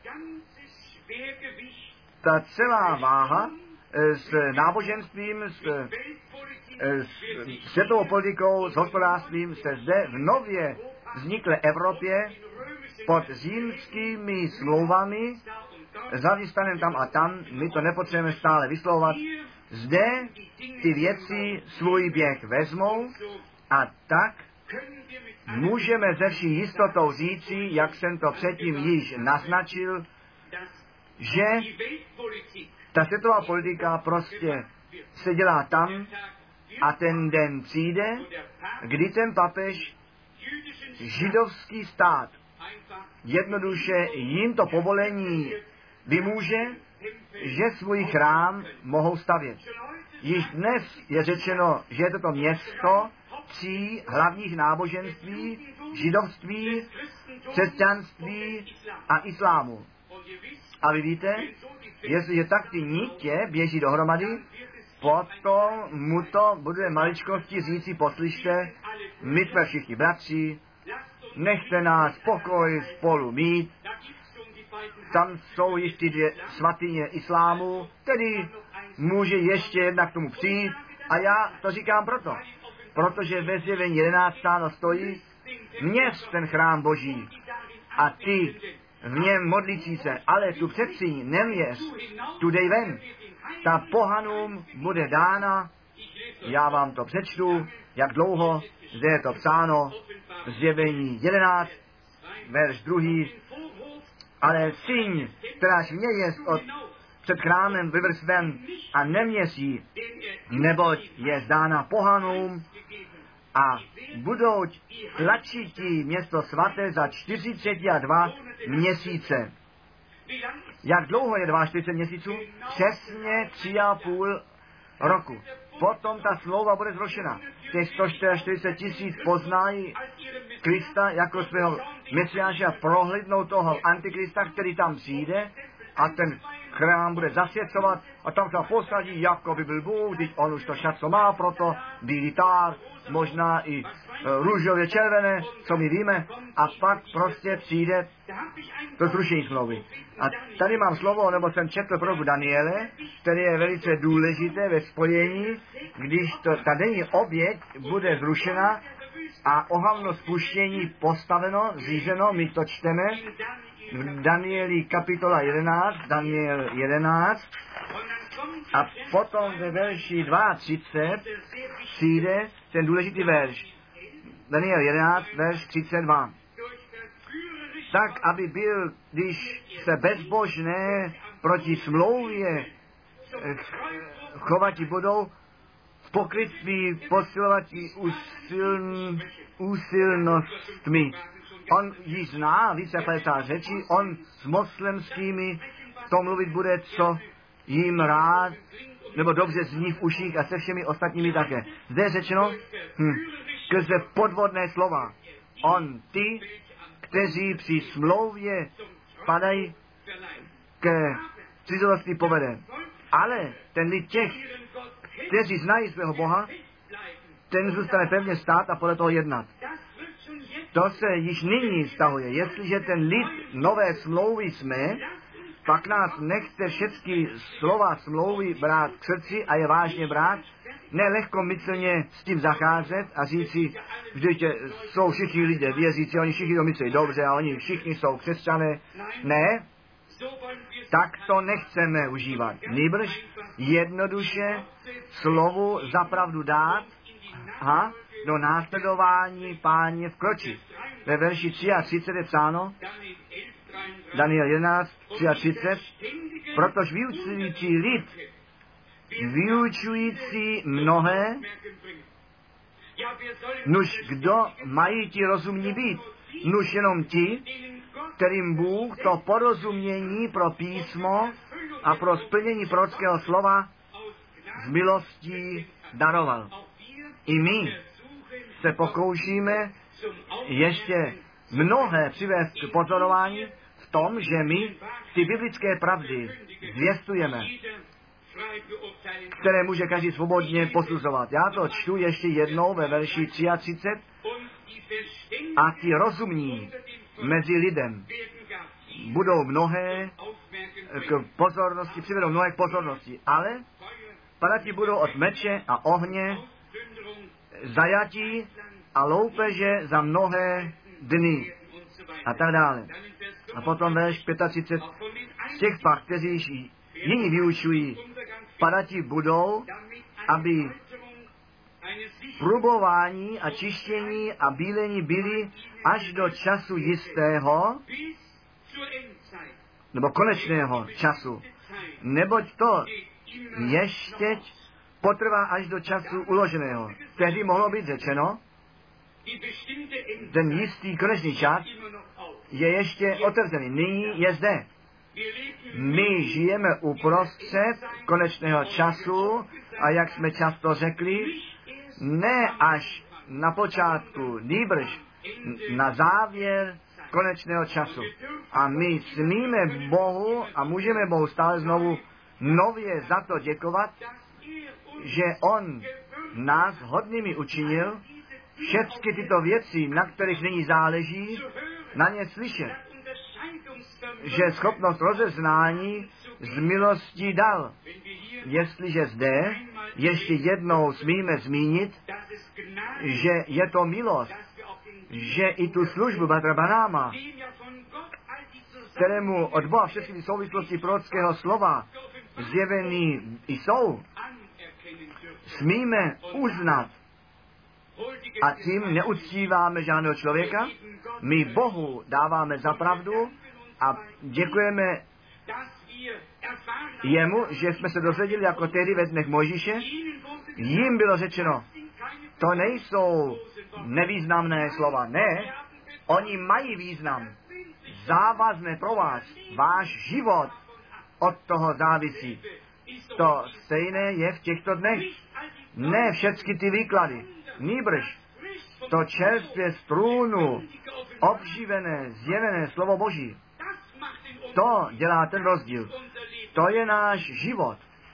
S1: Ta celá váha s náboženstvím, s, s světovou politikou, s hospodářstvím se zde v nově vzniklé Evropě pod římskými smlouvami, zavístanem tam a tam, my to nepotřebujeme stále vyslovovat, zde ty věci svůj běh vezmou a tak můžeme ze vší jistotou říci, jak jsem to předtím již naznačil, že Ta světová politika prostě se dělá tam a ten den přijde, kdy ten papež židovský stát jednoduše jim to povolení vymůže, že svůj chrám mohou stavět. Již dnes je řečeno, že je toto město tří hlavních náboženství, židovství, křesťanství a islámu. A vy víte, jestliže tak ty nitě běží dohromady, potom mu to bude maličkosti říci, poslyšte, my jsme všichni bratři, nechte nás pokoj spolu mít, tam jsou již ty dvě svatyně islámu, tedy může ještě jedna k tomu přijít a já to říkám proto, protože ve Zjevení jedenáct stáno stojí, měř ten chrám Boží a ty v něm modlící se, ale tu přeci neměř, tu dej ven, ta pohanům bude dána, já vám to přečtu, jak dlouho, zde je to psáno, Zjevení jedenáct, verš druhý, ale syň, kteráž mě jest od před chrámem vyvrstven a neměří, neboť je zdána pohanům a budou tlačití město svaté za čtyřicet dva měsíce. Jak dlouho je čtyřicet dva měsíců? Přesně tři a půl roku. Potom ta smlouva bude zrušena. Těch sto čtyřicet tisíc poznají Krista jako svého mesiáše a prohlídnou toho antikrista, který tam přijde a ten chrám bude zasvěcovat a tam se posadí, jako by byl Bůh, když on už to všechno má, proto bílý tár, možná i uh, růžově červené, co my víme, a pak prostě přijde to zrušení smlouvy. A tady mám slovo, nebo jsem četl proroku Daniele, který je velice důležité ve spojení, když to, ta denní oběť bude zrušena a ohavno spuštění postaveno, zřízeno, my to čteme, v Danieli kapitola jedenáct, Daniel jedenáct, a potom ve verši třicet dva přijde ten důležitý verš. Daniel jedenáct, verš třicet dva. Tak, aby byl, když se bezbožné proti smlouvě chovati budou, v pokrytství posilovati úsiln, úsilnostmi. On již zná více padesát řečí, on s moslemskými to mluvit bude, co jim rád, nebo dobře zní v uších a se všemi ostatními také. Zde je řečeno, hm, skrze podvodné slova. On ty, kteří při smlouvě padají ke cizolosti povede. Ale ten lid těch, kteří znají svého Boha, ten zůstane pevně stát a podle toho jednat. To se již nyní stahuje. Jestliže ten lid nové smlouvy jsme, pak nás nechte všechny slova smlouvy brát k srdci a je vážně brát, ne lehkomyslně s tím zacházet a říci, vždyť jsou všichni lidé věřící, oni všichni to myslí dobře a oni všichni jsou křesťané. Ne, tak to nechceme užívat. Nýbrž jednoduše slovu za pravdu dát a do následování Páně vkročit. Ve verši třicet tři je psáno, Daniel jedenáct, třicet tři, protože vyučující lid, vyučující mnohé, nuž kdo mají ti rozumní být, nuž jenom ti, kterým Bůh to porozumění pro písmo a pro splnění prorockého slova z milostí daroval. I my se pokoušíme ještě mnohé přivést k pozorování v tom, že my ty biblické pravdy zvěstujeme, které může každý svobodně posuzovat. Já to čtu ještě jednou ve verši třicet tři. A ti rozumní mezi lidem budou mnohé k pozornosti, přivedou mnohé k pozornosti, ale padati budou od meče a ohně, zajatí a loupeže za mnohé dny a tak dále. A potom verš třicet pět. Z těch pak, kteří jiní vyučují, padati budou, aby prubování a čištění a bílení byly až do času jistého, nebo konečného času. neboť to ještě potrvá až do času uloženého. Tehdy mohlo být řečeno, ten jistý konečný čas je ještě otevřený. Nyní je zde. My žijeme uprostřed konečného času a jak jsme často řekli, ne až na počátku, nýbrž na závěr konečného času. A my smíme Bohu a můžeme Bohu stále znovu nově za to děkovat, že On nás hodnými učinil, všechny tyto věci, na kterých nyní záleží, na ně slyšet. Že schopnost rozeznání z milostí dal. Jestliže zde ještě jednou smíme zmínit, že je to milost, že i tu službu Bratra Branhama, kterému od Boha všechny souvislosti prorockého slova zjevený jsou, smíme uznat. A tím neuctíváme žádného člověka, my Bohu dáváme za pravdu a děkujeme jemu, že jsme se dozvěděli jako tehdy ve dnech Mojžíše. Jim bylo řečeno, to nejsou nevýznamné slova, ne, oni mají význam, závazné pro vás, váš život od toho závisí. To stejné je v těchto dnech. Ne všechny ty výklady, nýbrž to čerstvě z trůnu obživené, zjevené slovo Boží. To dělá ten rozdíl. To je náš život.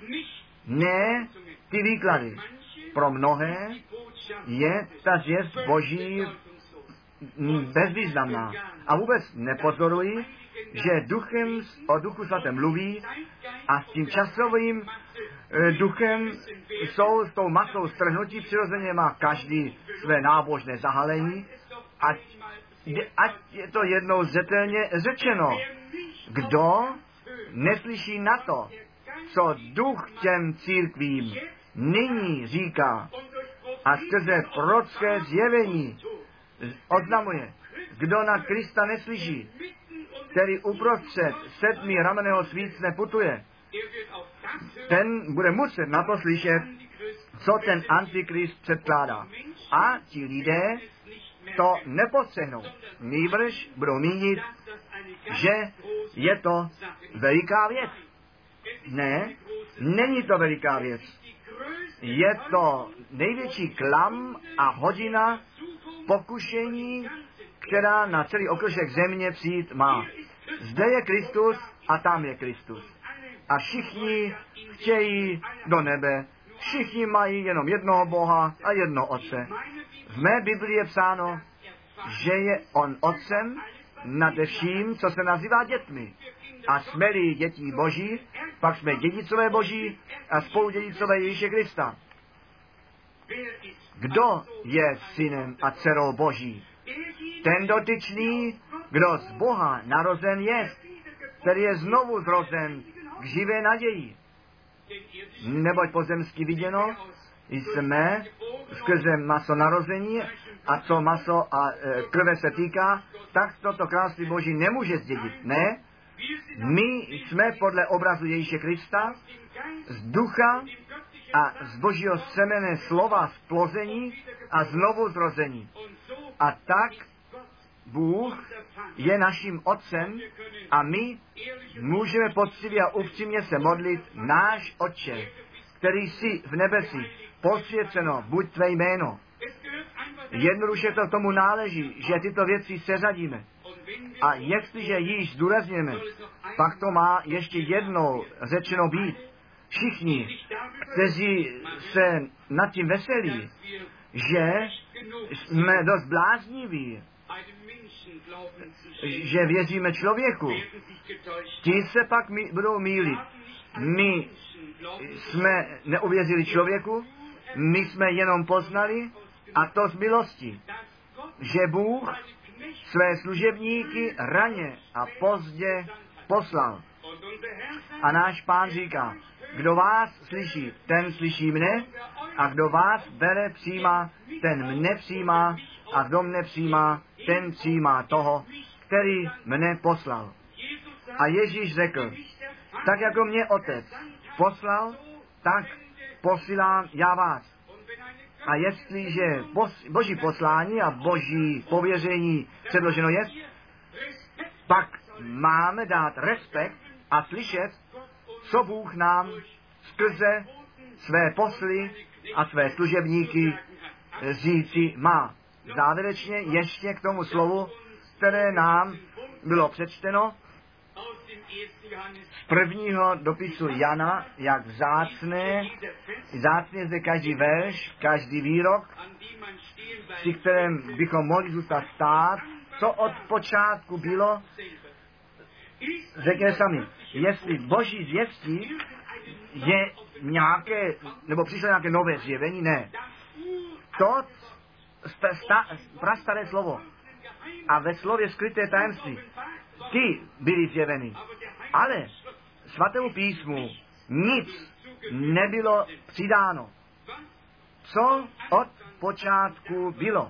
S1: Ne ty výklady. Pro mnohé je ta zvěst Boží bezvýznamná. A vůbec nepozorují, že duchem, o Duchu Svatém mluví a s tím časovým e, duchem jsou s tou masou strhnutí, přirozeně má každý své nábožné zahalení, ať, ať je to jednou zřetelně řečeno. Kdo neslyší na to, co duch těm církvím nyní říká a skrze prorocké zjevení oznamuje, kdo na Krista neslyší, který uprostřed sedmi ramenného svícne putuje, ten bude muset na to slyšet, co ten Antikrist předkládá. A ti lidé to nepostřehnou. Nýbrž budou mínit, že je to veliká věc. Ne, není to veliká věc. Je to největší klam a hodina pokušení, která na celý okružek země přijít má. Zde je Kristus a tam je Kristus. A všichni chtějí do nebe. Všichni mají jenom jednoho Boha a jednoho Otce. V mé Biblii je psáno, že je On Otcem nade vším, co se nazývá dětmi. A jsme-li dětí Boží, pak jsme dědicové Boží a spoludědicové Ježíše Krista. Kdo je synem a dcerou Boží? Ten dotyčný, kdo z Boha narozen je, který je znovu zrozen k živé naději. Neboť pozemsky viděno, jsme skrze maso narození a co maso a e, krve se týká, tak toto království Boží nemůže zdědit. Ne, my jsme podle obrazu Ježíše Krista z ducha a z Božího semene slova splození a znovu zrození. A tak Bůh je naším Otcem a my můžeme poctivě a upřímně se modlit: náš Otče, který jsi v nebesi, posvěceno buď tvé jméno. Jednoduše to tomu náleží, že tyto věci seřadíme. A jestliže již zdůrazněme, pak to má ještě jednou řečeno být. Všichni, kteří se nad tím veselí, že jsme dost blázniví, že věříme člověku, ti se pak my, budou mýlit. My jsme neuvěřili člověku, my jsme jenom poznali, a to z milosti, že Bůh své služebníky raně a pozdě poslal. A náš Pán říká: kdo vás slyší, ten slyší mne, a kdo vás bere, přijímá, ten mne přijímá, a kdo mne přijímá, ten přijímá toho, který mne poslal. A Ježíš řekl: Tak jako mě Otec poslal, tak posílám já vás. A jestliže boží poslání a boží pověření předloženo je, pak máme dát respekt a slyšet, co Bůh nám skrze své posly a své služebníky říci má. Závěrečně ještě k tomu slovu, které nám bylo přečteno z prvního dopisu Jana, jak vzácné, vzácně zde každý verš, každý výrok, při kterém bychom mohli zůstat stát, co od počátku bylo, řekněme sami, jestli boží zvěstí je nějaké, nebo přišlo nějaké nové zjevení, ne. To sta, sta, prastaré slovo a ve slově skryté tajemství, ty byly zjeveny. Ale svatému písmu nic nebylo přidáno. Co od počátku bylo,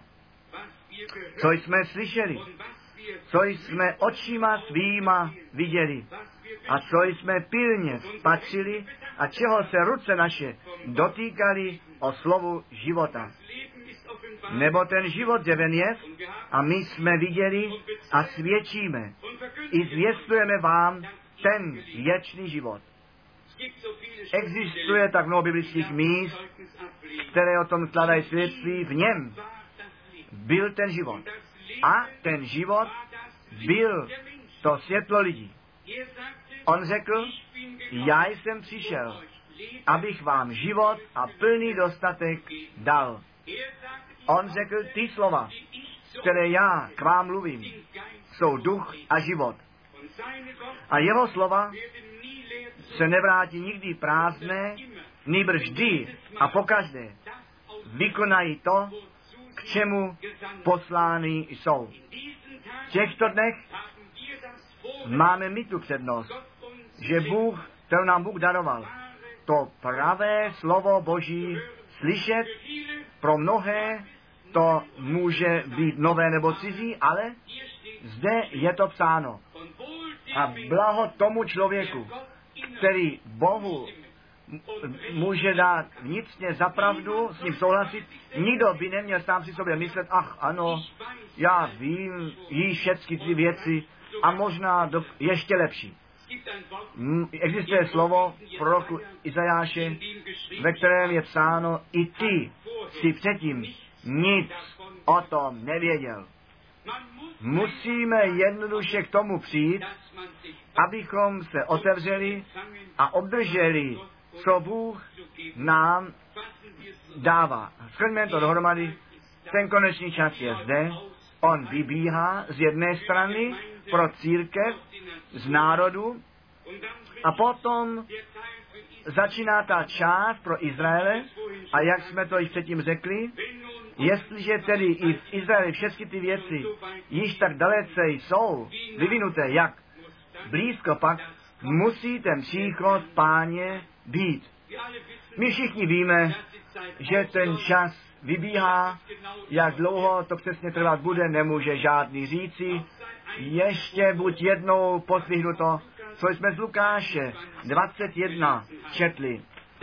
S1: co jsme slyšeli, co jsme očima svýma viděli a co jsme pilně spatřili a čeho se ruce naše dotýkali o slovu života. Nebo ten život zjeven je a my jsme viděli a svědčíme i zvěstujeme vám ten věčný život. Existuje tak mnoho biblických míst, které o tom skladají svědectví. V něm byl ten život. A ten život byl to světlo lidí. On řekl, já jsem přišel, abych vám život a plný dostatek dal. On řekl, ty slova, které já k vám mluvím, jsou duch a život. A jeho slova se nevrátí nikdy prázdné, nýbrž vždy a pokaždé vykonají to, k čemu poslány jsou. V těchto dnech máme my tu přednost, že Bůh, kterou nám Bůh daroval, to pravé slovo Boží slyšet. Pro mnohé to může být nové nebo cizí, ale zde je to psáno. A blaho tomu člověku, který Bohu může dát vnitřně za pravdu, s ním souhlasit. Nikdo by neměl sám si sobě myslet, ach ano, já vím, jí všechny ty věci a možná do, ještě lepší. Existuje slovo proroku Izajáše, ve kterém je psáno, i ty si předtím nic o tom nevěděl. Musíme jednoduše k tomu přijít, abychom se otevřeli a obdrželi, co Bůh nám dává. Shrňme to dohromady, ten konečný čas je zde, on vybíhá z jedné strany pro církev z národu a potom začíná ta část pro Izraele a jak jsme to již předtím řekli, jestliže tedy i v Izraeli všechny ty věci již tak dalece jsou vyvinuté, jak blízko pak musí ten příchod Páně být. My všichni víme, že ten čas vybíhá, jak dlouho to přesně trvat bude, nemůže žádný říci. Ještě buď jednou poslihnu to, co jsme z Lukáše dvacet jedna četli,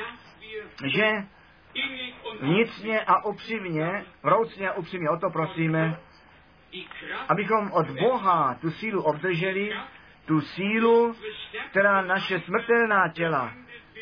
S1: že vnitřně a upřímně, vroucně a upřímně o to prosíme, abychom od Boha tu sílu obdrželi, tu sílu, která naše smrtelná těla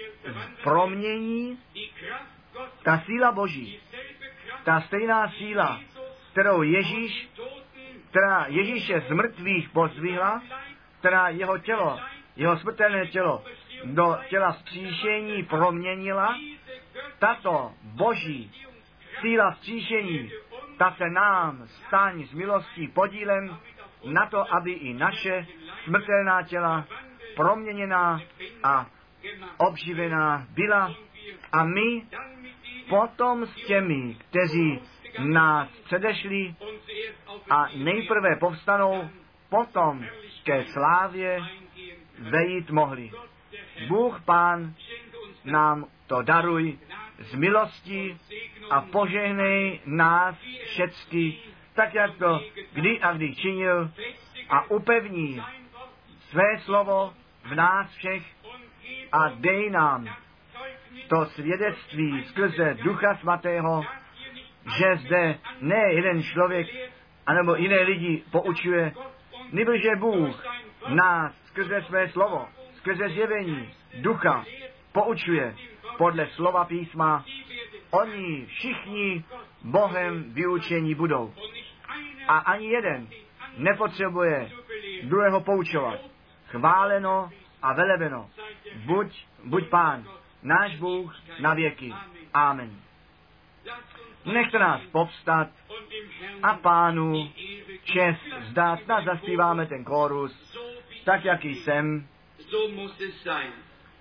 S1: promění, ta síla Boží, ta stejná síla, kterou Ježíš, která Ježíše z mrtvých pozdvihla, která jeho tělo, jeho smrtelné tělo do těla vzkříšení proměnila, tato Boží síla vzkříšení, ta se nám staň z milostí podílem na to, aby i naše smrtelná těla proměněná a obživená byla a my potom s těmi, kteří nás předešli a nejprve povstanou, potom ke slávě vejít mohli. Bůh Pán nám to daruj z milostí a požehnej nás všecky, tak jak to kdy a kdy činil a upevní své slovo v nás všech a dej nám to svědectví skrze Ducha Svatého, že zde ne jeden člověk, anebo jiné lidi poučuje, nebože Bůh nás skrze své slovo, skrze zjevení Ducha poučuje podle slova písma. Oni všichni Bohem vyučení budou. A ani jeden nepotřebuje druhého poučovat. Chváleno a velebeno. Buď, buď Pán, náš Bůh na věky. Amen. Nechte nás povstat a Pánu čest vzdát. Nás zaspíváme ten chórus, tak jak jsem.
S2: So muss es sein.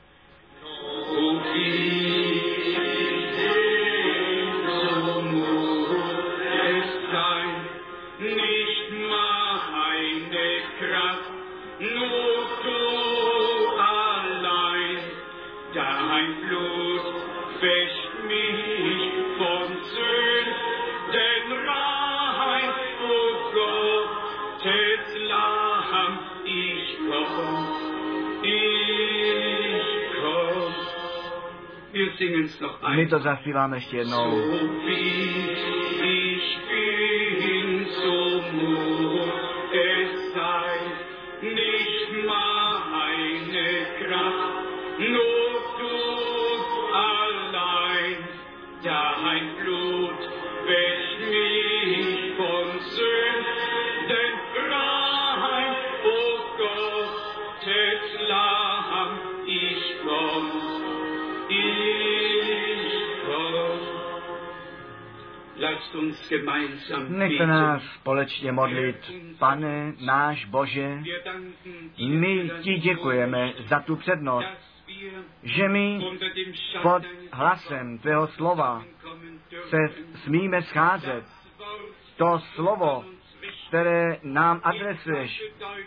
S2: So muss es sein. Nicht meine Kraft, nur du allein. Dein Blut wäscht mich von Sünden rein. O Gottes Lamm, ich komm, ich komm. Wir singen's noch
S1: My
S2: einmal.
S1: to zaspíváme ještě jednou.
S2: So wie ich bin, so muss es sein. Nicht meine Kraft, nur du allein. Dein Blut wäscht mich von Sünden rein. O Gottes Lamm, ich komm, ich komm. Lasst uns gemeinsam
S1: Nechte nás společně modlit. Pane náš Bože,
S2: Wir danken
S1: my ti děkujeme za tu přednost,
S2: dass wir
S1: že my
S2: unter dem
S1: pod
S2: Schatten
S1: hlasem tvého slova
S2: kommen
S1: se
S2: dürfen.
S1: smíme scházet.
S2: Das Wort
S1: To slovo, které nám adresuješ,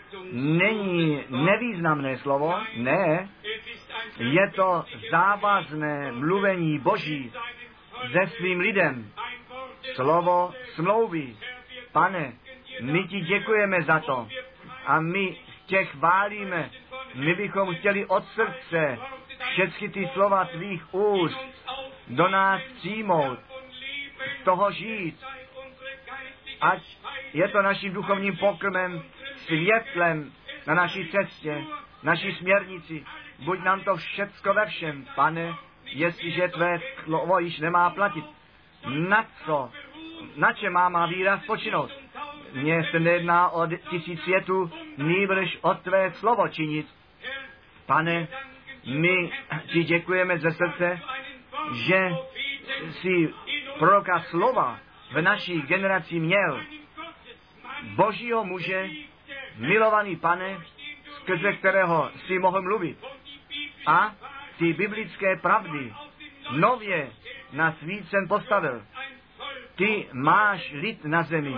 S1: není nevýznamné slovo, ne, je to závazné mluvení Boží se svým lidem. Slovo smlouvy. Pane, my ti děkujeme za to a my tě chválíme. My bychom chtěli od srdce všechny ty slova tvých úst do nás přijmout, z toho žít, ať je to naším duchovním pokrmem, světlem na naší cestě, naší směrnici. Buď nám to všecko ve všem, Pane, jestliže tvé slovo již nemá platit. Na co? Na čem má má víra spočinout? Mně se nejedná o tisíc světů, nýbrž o tvé slovo činit. Pane, my ti děkujeme ze srdce, že jsi proroka slova v naší generaci měl. Božího muže, milovaný Pane, skrze kterého jsi mohl mluvit. A ty biblické pravdy nově na svícen postavil. Ty máš lid na zemi.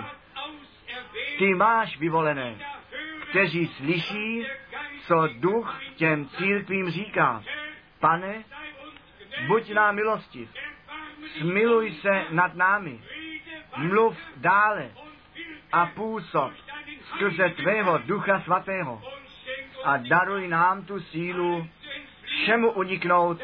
S1: Ty máš vyvolené, kteří slyší, co duch těm církvím říká. Pane, buď nám milostiv, smiluj se nad námi, mluv dále a působ skrze tvého Ducha Svatého a daruj nám tu sílu všemu uniknout,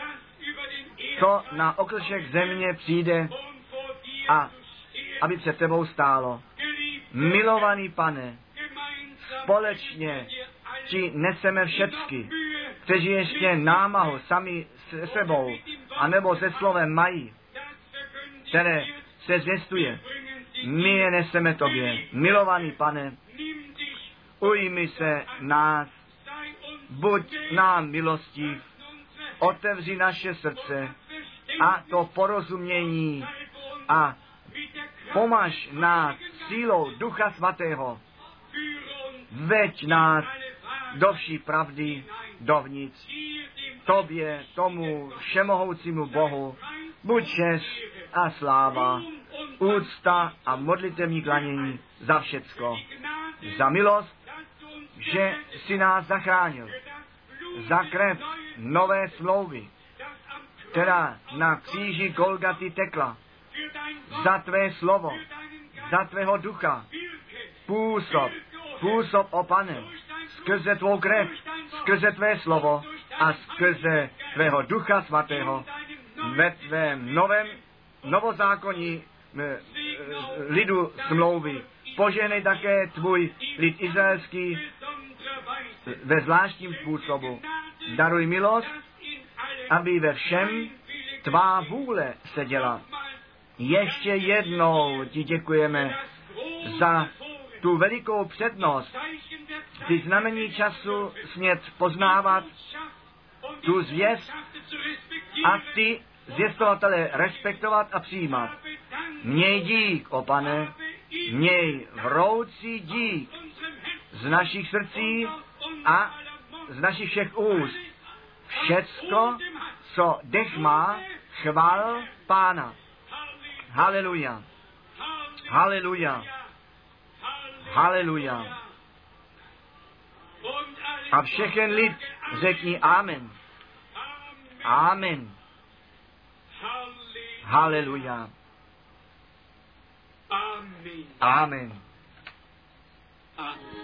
S1: co na oklšek země přijde a aby před tebou stálo. Milovaný Pane, společně ti neseme všecky, kteří ještě námahu sami se sebou, anebo se slovem mají, které se zvěstuje. My je neseme tobě. Milovaný Pane, ujmi se nás, buď nám milostiv, otevři naše srdce a to porozumění a pomaž nás sílou Ducha Svatého. Veď nás do vší pravdy dovnitř. Tobě, tomu všemohoucímu Bohu, buď čest a sláva, úcta a modlitevní klanění za všecko. Za milost, že si nás zachránil. Za krev nové smlouvy, která na kříži Golgaty tekla. Za tvé slovo, za tvého ducha. Působ, působ, o Pane, skrze tvou krev, skrze tvé slovo a skrze tvého Ducha Svatého ve tvém novém novozákonní lidu smlouvy. Požehnej také tvůj lid izraelský ve zvláštním způsobu. Daruj milost, aby ve všem tvá vůle se děla. Ještě jednou ti děkujeme za tu velikou přednost, ty znamení času smět poznávat, tu zvěst a ty zvěstovatele respektovat a přijímat. Měj dík, o Pane, měj vroucí dík z našich srdcí a z našich všech úst. Všecko, co dech má, chvál Pána. Haleluja. Haleluja. Haleluja. A všechen lid řekni amen. Amen. Haleluja. Amen.